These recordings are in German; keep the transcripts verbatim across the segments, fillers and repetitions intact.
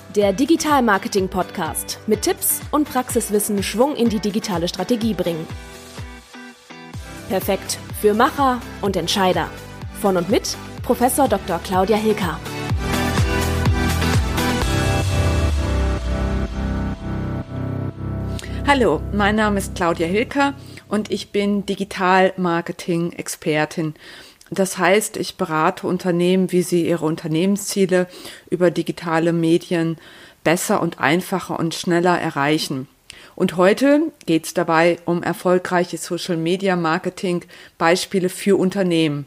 Der Digital-Marketing-Podcast mit Tipps und Praxiswissen Schwung in die digitale Strategie bringen. Perfekt für Macher und Entscheider. Von und mit Professor Doktor Claudia Hilker. Hallo, mein Name ist Claudia Hilker und ich bin Digital-Marketing-Expertin. Das heißt, ich berate Unternehmen, wie sie ihre Unternehmensziele über digitale Medien besser und einfacher und schneller erreichen. Und heute geht es dabei um erfolgreiche Social-Media-Marketing-Beispiele für Unternehmen.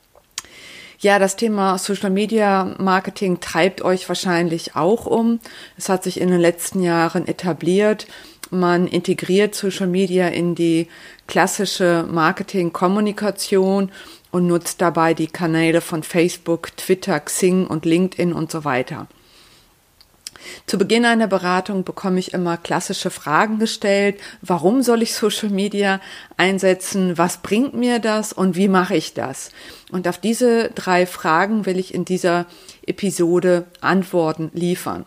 Ja, das Thema Social-Media-Marketing treibt euch wahrscheinlich auch um. Es hat sich in den letzten Jahren etabliert. Man integriert Social Media in die klassische Marketing-Kommunikation und nutzt dabei die Kanäle von Facebook, Twitter, Xing und LinkedIn und so weiter. Zu Beginn einer Beratung bekomme ich immer klassische Fragen gestellt. Warum soll ich Social Media einsetzen? Was bringt mir das und wie mache ich das? Und auf diese drei Fragen will ich in dieser Episode Antworten liefern.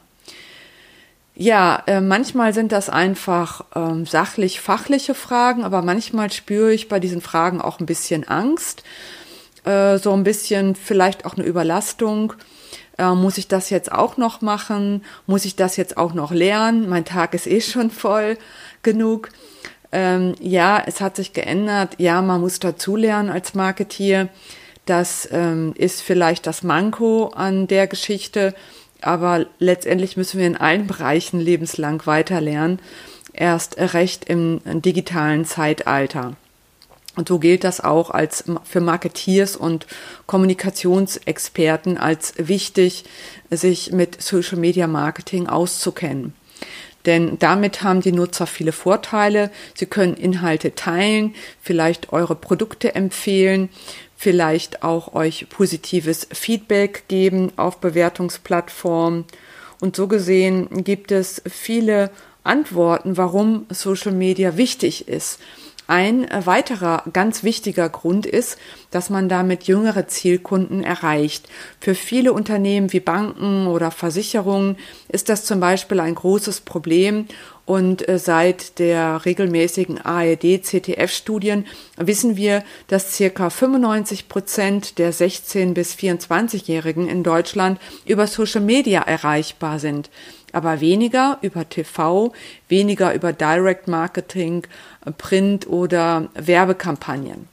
Ja, äh, manchmal sind das einfach ähm, sachlich-fachliche Fragen, aber manchmal spüre ich bei diesen Fragen auch ein bisschen Angst, äh, so ein bisschen vielleicht auch eine Überlastung. Äh, muss ich das jetzt auch noch machen? Muss ich das jetzt auch noch lernen? Mein Tag ist eh schon voll genug. Ähm, ja, es hat sich geändert. Ja, man muss dazulernen als Marketeer. Das ähm, ist vielleicht das Manko an der Geschichte. Aber letztendlich müssen wir in allen Bereichen lebenslang weiterlernen, erst recht im digitalen Zeitalter. Und so gilt das auch als für Marketeers und Kommunikationsexperten als wichtig, sich mit Social Media Marketing auszukennen. Denn damit haben die Nutzer viele Vorteile. Sie können Inhalte teilen, vielleicht eure Produkte empfehlen, vielleicht auch euch positives Feedback geben auf Bewertungsplattformen. Und so gesehen gibt es viele Antworten, warum Social Media wichtig ist. Ein weiterer ganz wichtiger Grund ist, dass man damit jüngere Zielkunden erreicht. Für viele Unternehmen wie Banken oder Versicherungen ist das zum Beispiel ein großes Problem. Und seit der regelmäßigen A R D-C T F-Studien wissen wir, dass circa fünfundneunzig Prozent der sechzehn- bis vierundzwanzigjährigen in Deutschland über Social Media erreichbar sind. Aber weniger über T V, weniger über Direct Marketing, Print oder Werbekampagnen.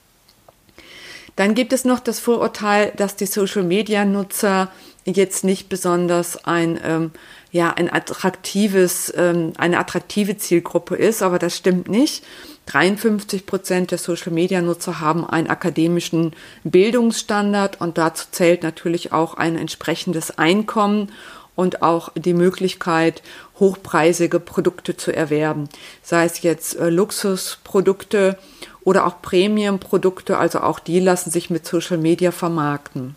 Dann gibt es noch das Vorurteil, dass die Social-Media-Nutzer jetzt nicht besonders ein, ähm, ja, ein attraktives, ähm, eine attraktive Zielgruppe ist, aber das stimmt nicht. dreiundfünfzig Prozent der Social-Media-Nutzer haben einen akademischen Bildungsstandard und dazu zählt natürlich auch ein entsprechendes Einkommen und auch die Möglichkeit, hochpreisige Produkte zu erwerben, sei es jetzt äh, Luxusprodukte oder auch Premium-Produkte, also auch die lassen sich mit Social Media vermarkten.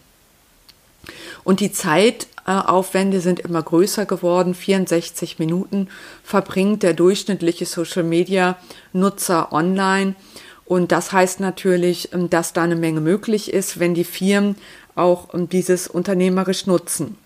Und die Zeitaufwände sind immer größer geworden. vierundsechzig Minuten verbringt der durchschnittliche Social Media Nutzer online. Und das heißt natürlich, dass da eine Menge möglich ist, wenn die Firmen auch dieses unternehmerisch nutzen.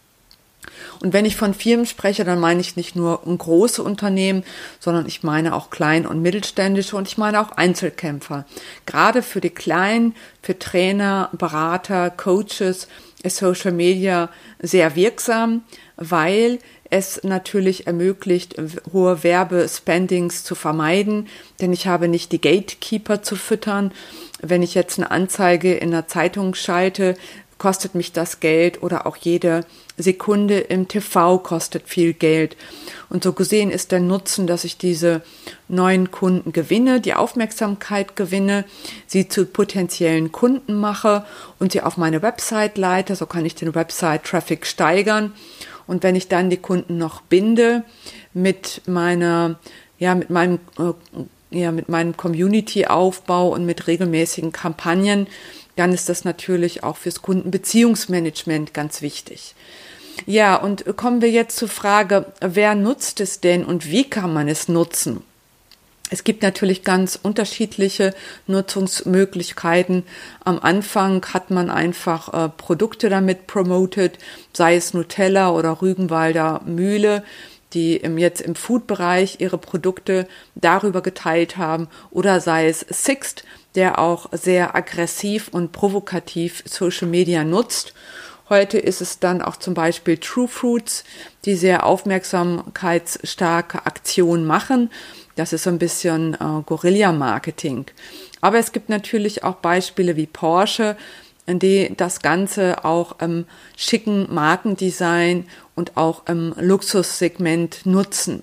Und wenn ich von Firmen spreche, dann meine ich nicht nur große Unternehmen, sondern ich meine auch klein- und mittelständische und ich meine auch Einzelkämpfer. Gerade für die Kleinen, für Trainer, Berater, Coaches ist Social Media sehr wirksam, weil es natürlich ermöglicht, hohe Werbespendings zu vermeiden, denn ich habe nicht die Gatekeeper zu füttern. Wenn ich jetzt eine Anzeige in einer Zeitung schalte, kostet mich das Geld oder auch jede Sekunde im T V kostet viel Geld. Und so gesehen ist der Nutzen, dass ich diese neuen Kunden gewinne, die Aufmerksamkeit gewinne, sie zu potenziellen Kunden mache und sie auf meine Website leite. So kann ich den Website-Traffic steigern. Und wenn ich dann die Kunden noch binde mit meiner, ja, mit meinem, äh, ja, mit meinem Community-Aufbau und mit regelmäßigen Kampagnen, dann ist das natürlich auch fürs Kundenbeziehungsmanagement ganz wichtig. Ja, und kommen wir jetzt zur Frage, wer nutzt es denn und wie kann man es nutzen? Es gibt natürlich ganz unterschiedliche Nutzungsmöglichkeiten. Am Anfang hat man einfach äh, Produkte damit promotet, sei es Nutella oder Rügenwalder Mühle, die im, jetzt im Food-Bereich ihre Produkte darüber geteilt haben, oder sei es Sixt, der auch sehr aggressiv und provokativ Social Media nutzt. Heute ist es dann auch zum Beispiel True Fruits, die sehr aufmerksamkeitsstarke Aktionen machen. Das ist so ein bisschen äh, Guerilla-Marketing. Aber es gibt natürlich auch Beispiele wie Porsche, die das Ganze auch im schicken Markendesign und auch im Luxussegment nutzen.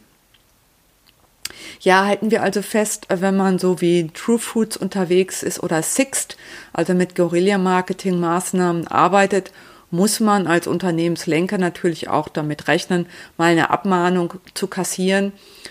Ja, halten wir also fest, wenn man so wie True Fruits unterwegs ist oder Sixt, also mit Guerilla-Marketing-Maßnahmen arbeitet, muss man als Unternehmenslenker natürlich auch damit rechnen, mal eine Abmahnung zu kassieren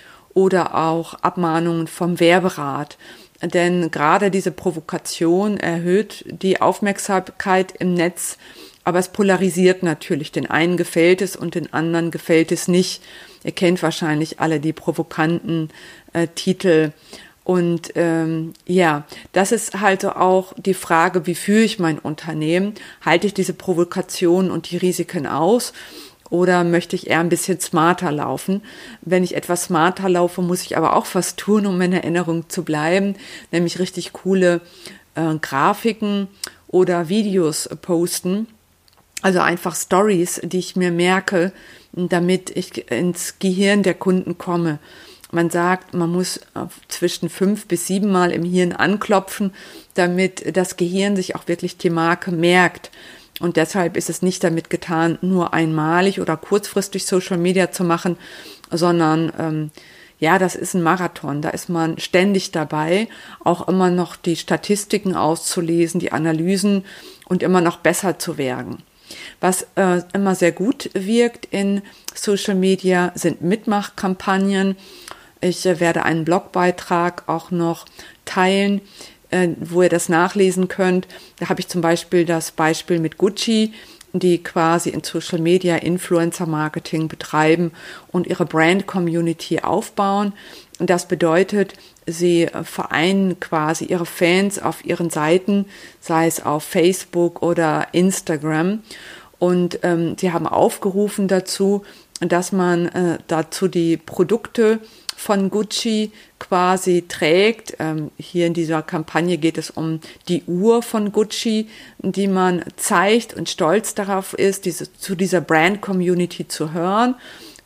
oder auch Abmahnungen vom Werberat. Denn gerade diese Provokation erhöht die Aufmerksamkeit im Netz, aber es polarisiert natürlich. Den einen gefällt es und den anderen gefällt es nicht. Ihr kennt wahrscheinlich alle die provokanten äh, Titel. Und ähm, ja, das ist halt so auch die Frage, wie führe ich mein Unternehmen? Halte ich diese Provokation und die Risiken aus? Oder möchte ich eher ein bisschen smarter laufen? Wenn ich etwas smarter laufe, muss ich aber auch was tun, um in Erinnerung zu bleiben, nämlich richtig coole äh, Grafiken oder Videos posten. Also einfach Stories, die ich mir merke, damit ich ins Gehirn der Kunden komme. Man sagt, man muss zwischen fünf bis sieben Mal im Hirn anklopfen, damit das Gehirn sich auch wirklich die Marke merkt. Und deshalb ist es nicht damit getan, nur einmalig oder kurzfristig Social Media zu machen, sondern ähm, ja, das ist ein Marathon. Da ist man ständig dabei, auch immer noch die Statistiken auszulesen, die Analysen und immer noch besser zu werden. Was äh, immer sehr gut wirkt in Social Media sind Mitmachkampagnen. Ich äh, werde einen Blogbeitrag auch noch teilen, äh, wo ihr das nachlesen könnt. Da habe ich zum Beispiel das Beispiel mit Gucci, die quasi in Social Media Influencer-Marketing betreiben und ihre Brand-Community aufbauen. Und das bedeutet, sie vereinen quasi ihre Fans auf ihren Seiten, sei es auf Facebook oder Instagram. Und ähm, sie haben aufgerufen dazu, dass man äh, dazu die Produkte von Gucci quasi trägt. Ähm, hier in dieser Kampagne geht es um die Uhr von Gucci, die man zeigt und stolz darauf ist, diese, zu dieser Brand-Community zu hören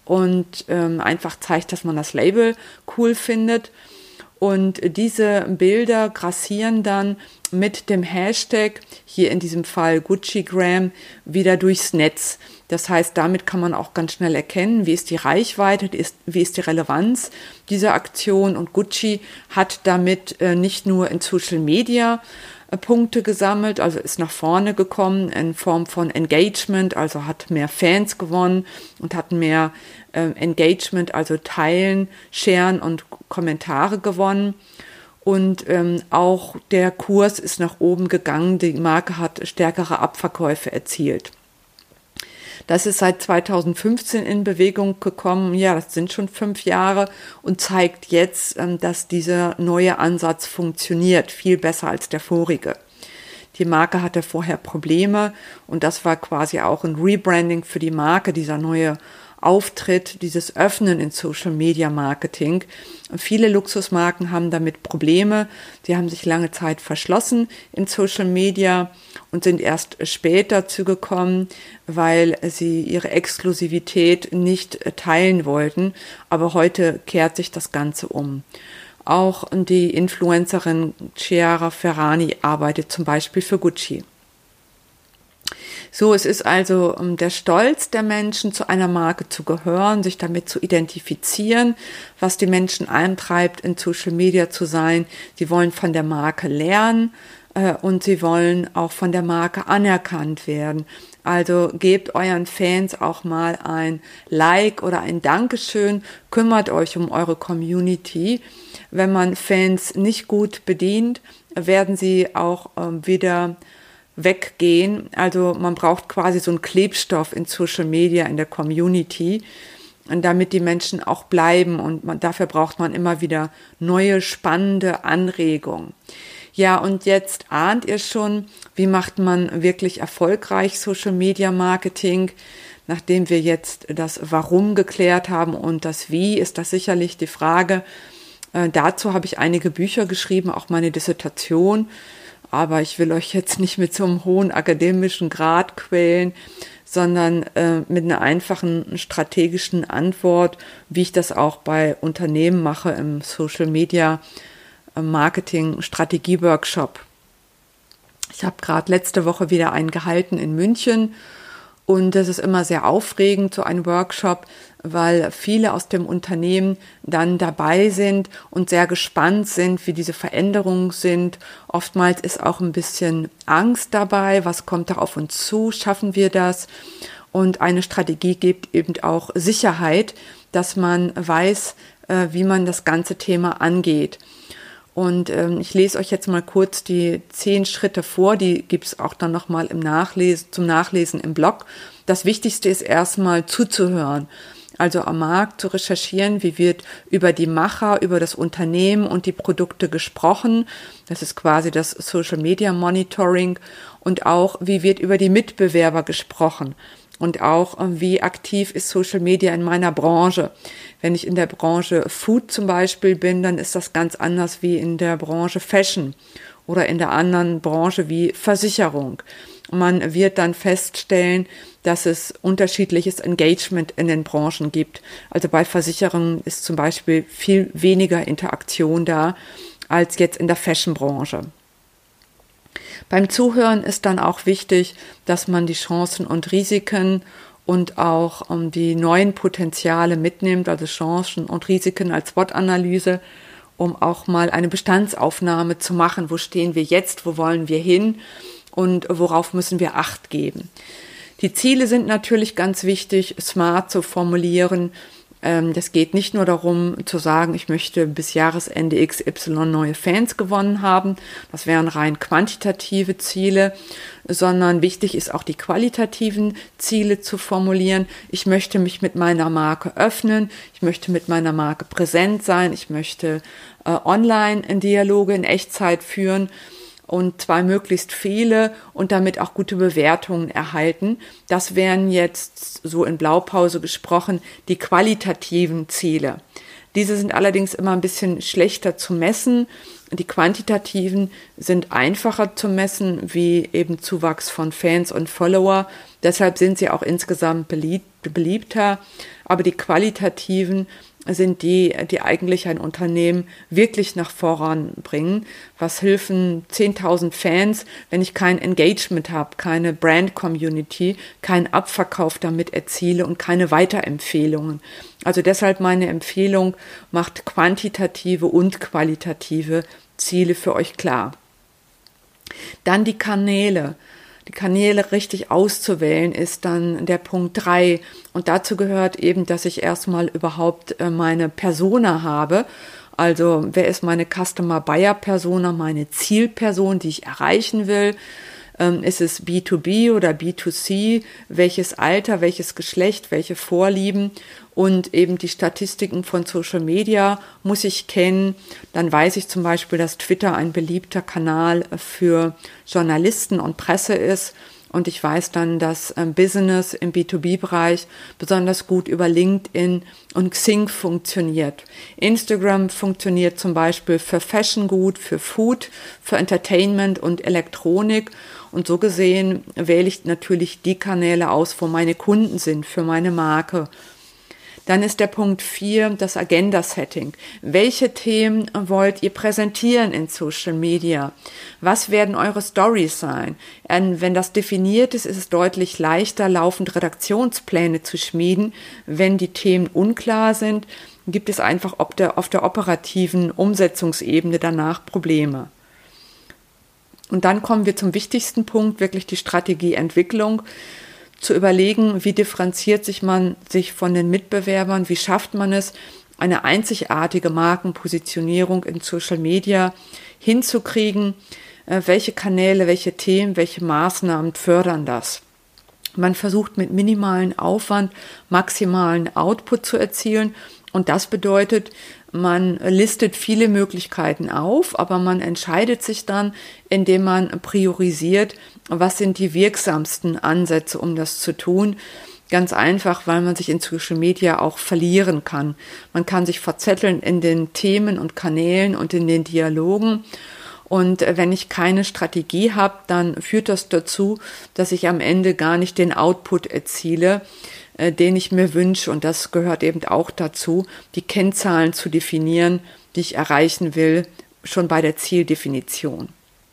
und ähm, einfach zeigt, dass man das Label cool findet. Und diese Bilder grassieren dann mit dem Hashtag, hier in diesem Fall GucciGram, wieder durchs Netz. Das heißt, damit kann man auch ganz schnell erkennen, wie ist die Reichweite, wie ist die Relevanz dieser Aktion. Und Gucci hat damit äh, nicht nur in Social Media äh, Punkte gesammelt, also ist nach vorne gekommen in Form von Engagement, also hat mehr Fans gewonnen und hat mehr äh, Engagement, also Teilen, Sharen und Kommentare gewonnen. Und ähm, auch der Kurs ist nach oben gegangen, die Marke hat stärkere Abverkäufe erzielt. Das ist seit zweitausendfünfzehn in Bewegung gekommen, ja, das sind schon fünf Jahre und zeigt jetzt, ähm, dass dieser neue Ansatz funktioniert, viel besser als der vorige. Die Marke hatte vorher Probleme und das war quasi auch ein Rebranding für die Marke, dieser neue Auftritt, dieses Öffnen in Social Media Marketing. Viele Luxusmarken haben damit Probleme. Sie haben sich lange Zeit verschlossen in Social Media und sind erst später zugekommen, weil sie ihre Exklusivität nicht teilen wollten. Aber heute kehrt sich das Ganze um. Auch die Influencerin Chiara Ferragni arbeitet zum Beispiel für Gucci. So, es ist also um, der Stolz der Menschen, zu einer Marke zu gehören, sich damit zu identifizieren, was die Menschen antreibt, in Social Media zu sein. Sie wollen von der Marke lernen äh, und sie wollen auch von der Marke anerkannt werden. Also gebt euren Fans auch mal ein Like oder ein Dankeschön, kümmert euch um eure Community. Wenn man Fans nicht gut bedient, werden sie auch äh, wieder weggehen. Also man braucht quasi so einen Klebstoff in Social Media, in der Community. damit die Menschen auch bleiben. Und man, dafür braucht man immer wieder neue, spannende Anregungen. Ja, und jetzt ahnt ihr schon, wie macht man wirklich erfolgreich Social Media Marketing? Nachdem wir jetzt das Warum geklärt haben und das Wie, ist das sicherlich die Frage. Äh, dazu habe ich einige Bücher geschrieben, auch meine Dissertation. Aber ich will euch jetzt nicht mit so einem hohen akademischen Grad quälen, sondern äh, mit einer einfachen strategischen Antwort, wie ich das auch bei Unternehmen mache im Social Media Marketing Strategie Workshop. Ich habe gerade letzte Woche wieder einen gehalten in München und das ist immer sehr aufregend, so ein Workshop, weil viele aus dem Unternehmen dann dabei sind und sehr gespannt sind, wie diese Veränderungen sind. Oftmals ist auch ein bisschen Angst dabei, was kommt da auf uns zu, schaffen wir das? Und eine Strategie gibt eben auch Sicherheit, dass man weiß, wie man das ganze Thema angeht. Und ähm, ich lese euch jetzt mal kurz die zehn Schritte vor, die gibt es auch dann nochmal im Nachlesen, zum Nachlesen im Blog. Das Wichtigste ist erstmal zuzuhören, also am Markt zu recherchieren, wie wird über die Macher, über das Unternehmen und die Produkte gesprochen. Das ist quasi das Social Media Monitoring und auch, wie wird über die Mitbewerber gesprochen. Und auch, wie aktiv ist Social Media in meiner Branche. Wenn ich in der Branche Food zum Beispiel bin, dann ist das ganz anders wie in der Branche Fashion oder in der anderen Branche wie Versicherung. Man wird dann feststellen, dass es unterschiedliches Engagement in den Branchen gibt. Also bei Versicherungen ist zum Beispiel viel weniger Interaktion da als jetzt in der Fashion-Branche. Beim Zuhören ist dann auch wichtig, dass man die Chancen und Risiken und auch um, die neuen Potenziale mitnimmt, also Chancen und Risiken als SWOT-Analyse, um auch mal eine Bestandsaufnahme zu machen. Wo stehen wir jetzt, wo wollen wir hin und worauf müssen wir Acht geben? Die Ziele sind natürlich ganz wichtig, smart zu formulieren. Das geht nicht nur darum zu sagen, ich möchte bis Jahresende X Y neue Fans gewonnen haben. Das wären rein quantitative Ziele, sondern wichtig ist auch die qualitativen Ziele zu formulieren. Ich möchte mich mit meiner Marke öffnen. Ich möchte mit meiner Marke präsent sein. Ich möchte äh, Online-Dialoge in Echtzeit führen. Und zwar möglichst viele und damit auch gute Bewertungen erhalten. Das wären jetzt, so in Blaupause gesprochen, die qualitativen Ziele. Diese sind allerdings immer ein bisschen schlechter zu messen. Die quantitativen sind einfacher zu messen, wie eben Zuwachs von Fans und Follower. Deshalb sind sie auch insgesamt beliebt, beliebter. Aber die qualitativen sind die, die eigentlich ein Unternehmen wirklich nach voran bringen. Was helfen zehntausend Fans, wenn ich kein Engagement habe, keine Brand-Community, keinen Abverkauf damit erziele und keine Weiterempfehlungen. Also deshalb meine Empfehlung, macht quantitative und qualitative Ziele für euch klar. Dann die Kanäle. Die Kanäle richtig auszuwählen, ist dann der Punkt drei. Und dazu gehört eben, dass ich erstmal überhaupt meine Persona habe. Also wer ist meine Customer Buyer Persona, meine Zielperson, die ich erreichen will? Ähm, ist es B zwei B oder B zwei C? Welches Alter, welches Geschlecht, welche Vorlieben? Und eben die Statistiken von Social Media muss ich kennen. Dann weiß ich zum Beispiel, dass Twitter ein beliebter Kanal für Journalisten und Presse ist. Und ich weiß dann, dass ähm, Business im B zwei B-Bereich besonders gut über LinkedIn und Xing funktioniert. Instagram funktioniert zum Beispiel für Fashion gut, für Food, für Entertainment und Elektronik. Und so gesehen wähle ich natürlich die Kanäle aus, wo meine Kunden sind, für meine Marke. Dann ist der Punkt vier das Agenda-Setting. Welche Themen wollt ihr präsentieren in Social Media? Was werden eure Stories sein? Wenn das definiert ist, ist es deutlich leichter, laufend Redaktionspläne zu schmieden. Wenn die Themen unklar sind, gibt es einfach auf der, auf der operativen Umsetzungsebene danach Probleme. Und dann kommen wir zum wichtigsten Punkt, wirklich die Strategieentwicklung. Zu überlegen, wie differenziert sich man sich von den Mitbewerbern, wie schafft man es, eine einzigartige Markenpositionierung in Social Media hinzukriegen, welche Kanäle, welche Themen, welche Maßnahmen fördern das. Man versucht mit minimalen Aufwand maximalen Output zu erzielen. Und das bedeutet, man listet viele Möglichkeiten auf, aber man entscheidet sich dann, indem man priorisiert, was sind die wirksamsten Ansätze, um das zu tun. Ganz einfach, weil man sich in Social Media auch verlieren kann. Man kann sich verzetteln in den Themen und Kanälen und in den Dialogen. Und wenn ich keine Strategie habe, dann führt das dazu, dass ich am Ende gar nicht den Output erziele, den ich mir wünsche. Und das gehört eben auch dazu, die Kennzahlen zu definieren, die ich erreichen will, schon bei der Zieldefinition.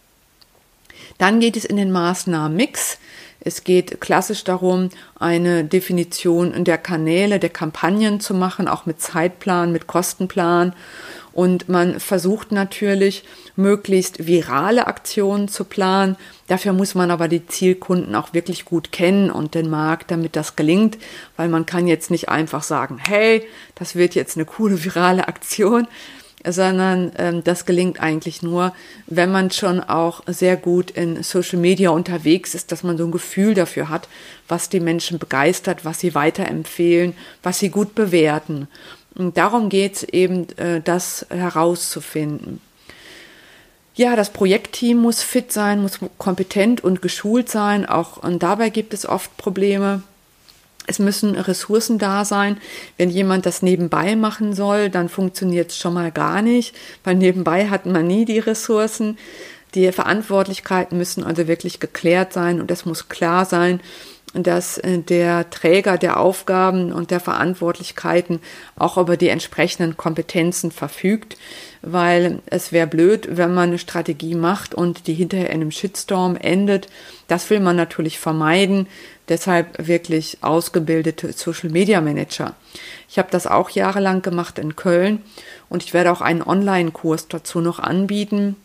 Dann geht es in den Maßnahmenmix. Es geht klassisch darum, eine Definition der Kanäle, der Kampagnen zu machen, auch mit Zeitplan, mit Kostenplan. Und man versucht natürlich, möglichst virale Aktionen zu planen. Dafür muss man aber die Zielkunden auch wirklich gut kennen und den Markt, damit das gelingt. Weil man kann jetzt nicht einfach sagen, hey, das wird jetzt eine coole virale Aktion, sondern ähm, das gelingt eigentlich nur, wenn man schon auch sehr gut in Social Media unterwegs ist, dass man so ein Gefühl dafür hat, was die Menschen begeistert, was sie weiterempfehlen, was sie gut bewerten. Und darum geht es eben, äh, das herauszufinden. Ja, das Projektteam muss fit sein, muss kompetent und geschult sein, auch und dabei gibt es oft Probleme. Es müssen Ressourcen da sein. Wenn jemand das nebenbei machen soll, dann funktioniert es schon mal gar nicht, weil nebenbei hat man nie die Ressourcen. Die Verantwortlichkeiten müssen also wirklich geklärt sein und es muss klar sein, dass der Träger der Aufgaben und der Verantwortlichkeiten auch über die entsprechenden Kompetenzen verfügt, weil es wäre blöd, wenn man eine Strategie macht und die hinterher in einem Shitstorm endet. Das will man natürlich vermeiden, deshalb wirklich ausgebildete Social Media Manager. Ich habe das auch jahrelang gemacht in Köln und ich werde auch einen Online-Kurs dazu noch anbieten,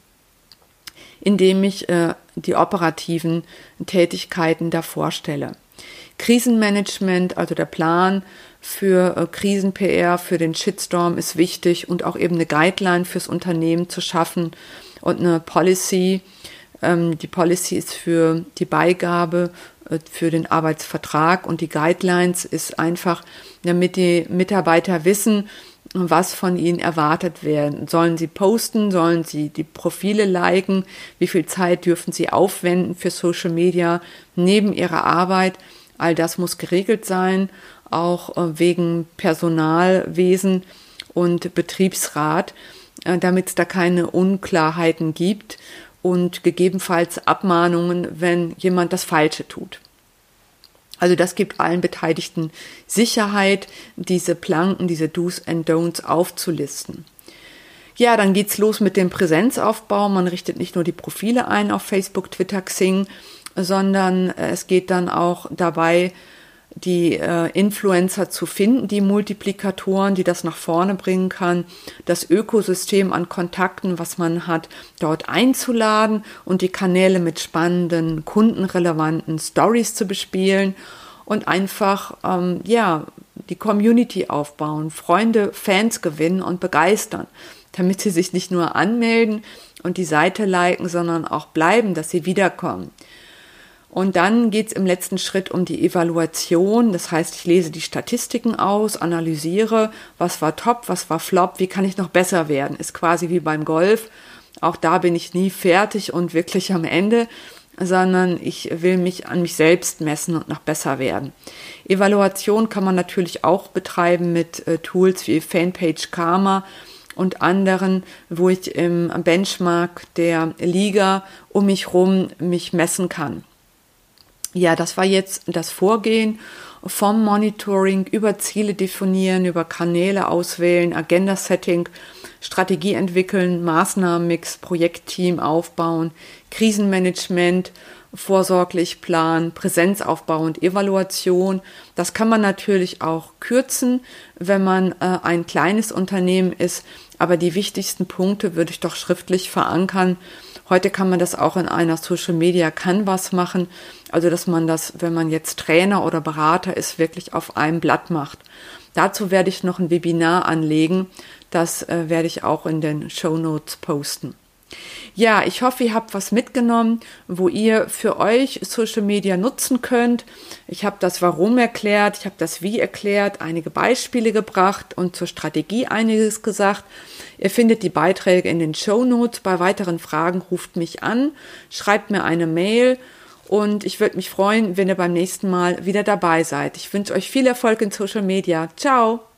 indem ich äh, die operativen Tätigkeiten da vorstelle. Krisenmanagement, also der Plan für äh, Krisen-P R, für den Shitstorm ist wichtig und auch eben eine Guideline fürs Unternehmen zu schaffen und eine Policy. Ähm, die Policy ist für die Beigabe, äh, für den Arbeitsvertrag und die Guidelines ist einfach, damit die Mitarbeiter wissen, was von ihnen erwartet werden. Sollen sie posten? Sollen sie die Profile liken? Wie viel Zeit dürfen sie aufwenden für Social Media neben ihrer Arbeit? All das muss geregelt sein, auch wegen Personalwesen und Betriebsrat, damit es da keine Unklarheiten gibt und gegebenenfalls Abmahnungen, wenn jemand das Falsche tut. Also das gibt allen Beteiligten Sicherheit, diese Planken, diese Do's and Don'ts aufzulisten. Ja, dann geht's los mit dem Präsenzaufbau. Man richtet nicht nur die Profile ein auf Facebook, Twitter, Xing, sondern es geht dann auch dabei, die äh, Influencer zu finden, die Multiplikatoren, die das nach vorne bringen kann, das Ökosystem an Kontakten, was man hat, dort einzuladen und die Kanäle mit spannenden, kundenrelevanten Stories zu bespielen und einfach ähm, ja die Community aufbauen, Freunde, Fans gewinnen und begeistern, damit sie sich nicht nur anmelden und die Seite liken, sondern auch bleiben, dass sie wiederkommen. Und dann geht es im letzten Schritt um die Evaluation. Das heißt, ich lese die Statistiken aus, analysiere, was war top, was war flop, wie kann ich noch besser werden. Ist quasi wie beim Golf. Auch da bin ich nie fertig und wirklich am Ende, sondern ich will mich an mich selbst messen und noch besser werden. Evaluation kann man natürlich auch betreiben mit äh, Tools wie Fanpage Karma und anderen, wo ich im Benchmark der Liga um mich rum mich messen kann. Ja, das war jetzt das Vorgehen vom Monitoring über Ziele definieren, über Kanäle auswählen, Agenda-Setting, Strategie entwickeln, Maßnahmenmix, Projektteam aufbauen, Krisenmanagement, vorsorglich planen, Präsenzaufbau und Evaluation. Das kann man natürlich auch kürzen, wenn man äh, ein kleines Unternehmen ist, aber die wichtigsten Punkte würde ich doch schriftlich verankern. Heute kann man das auch in einer Social Media Canvas machen, also dass man das, wenn man jetzt Trainer oder Berater ist, wirklich auf einem Blatt macht. Dazu werde ich noch ein Webinar anlegen, das äh, werde ich auch in den Shownotes posten. Ja, ich hoffe, ihr habt was mitgenommen, wo ihr für euch Social Media nutzen könnt. Ich habe das Warum erklärt, ich habe das Wie erklärt, einige Beispiele gebracht und zur Strategie einiges gesagt. Ihr findet die Beiträge in den Shownotes. Bei weiteren Fragen ruft mich an, schreibt mir eine Mail und ich würde mich freuen, wenn ihr beim nächsten Mal wieder dabei seid. Ich wünsche euch viel Erfolg in Social Media. Ciao!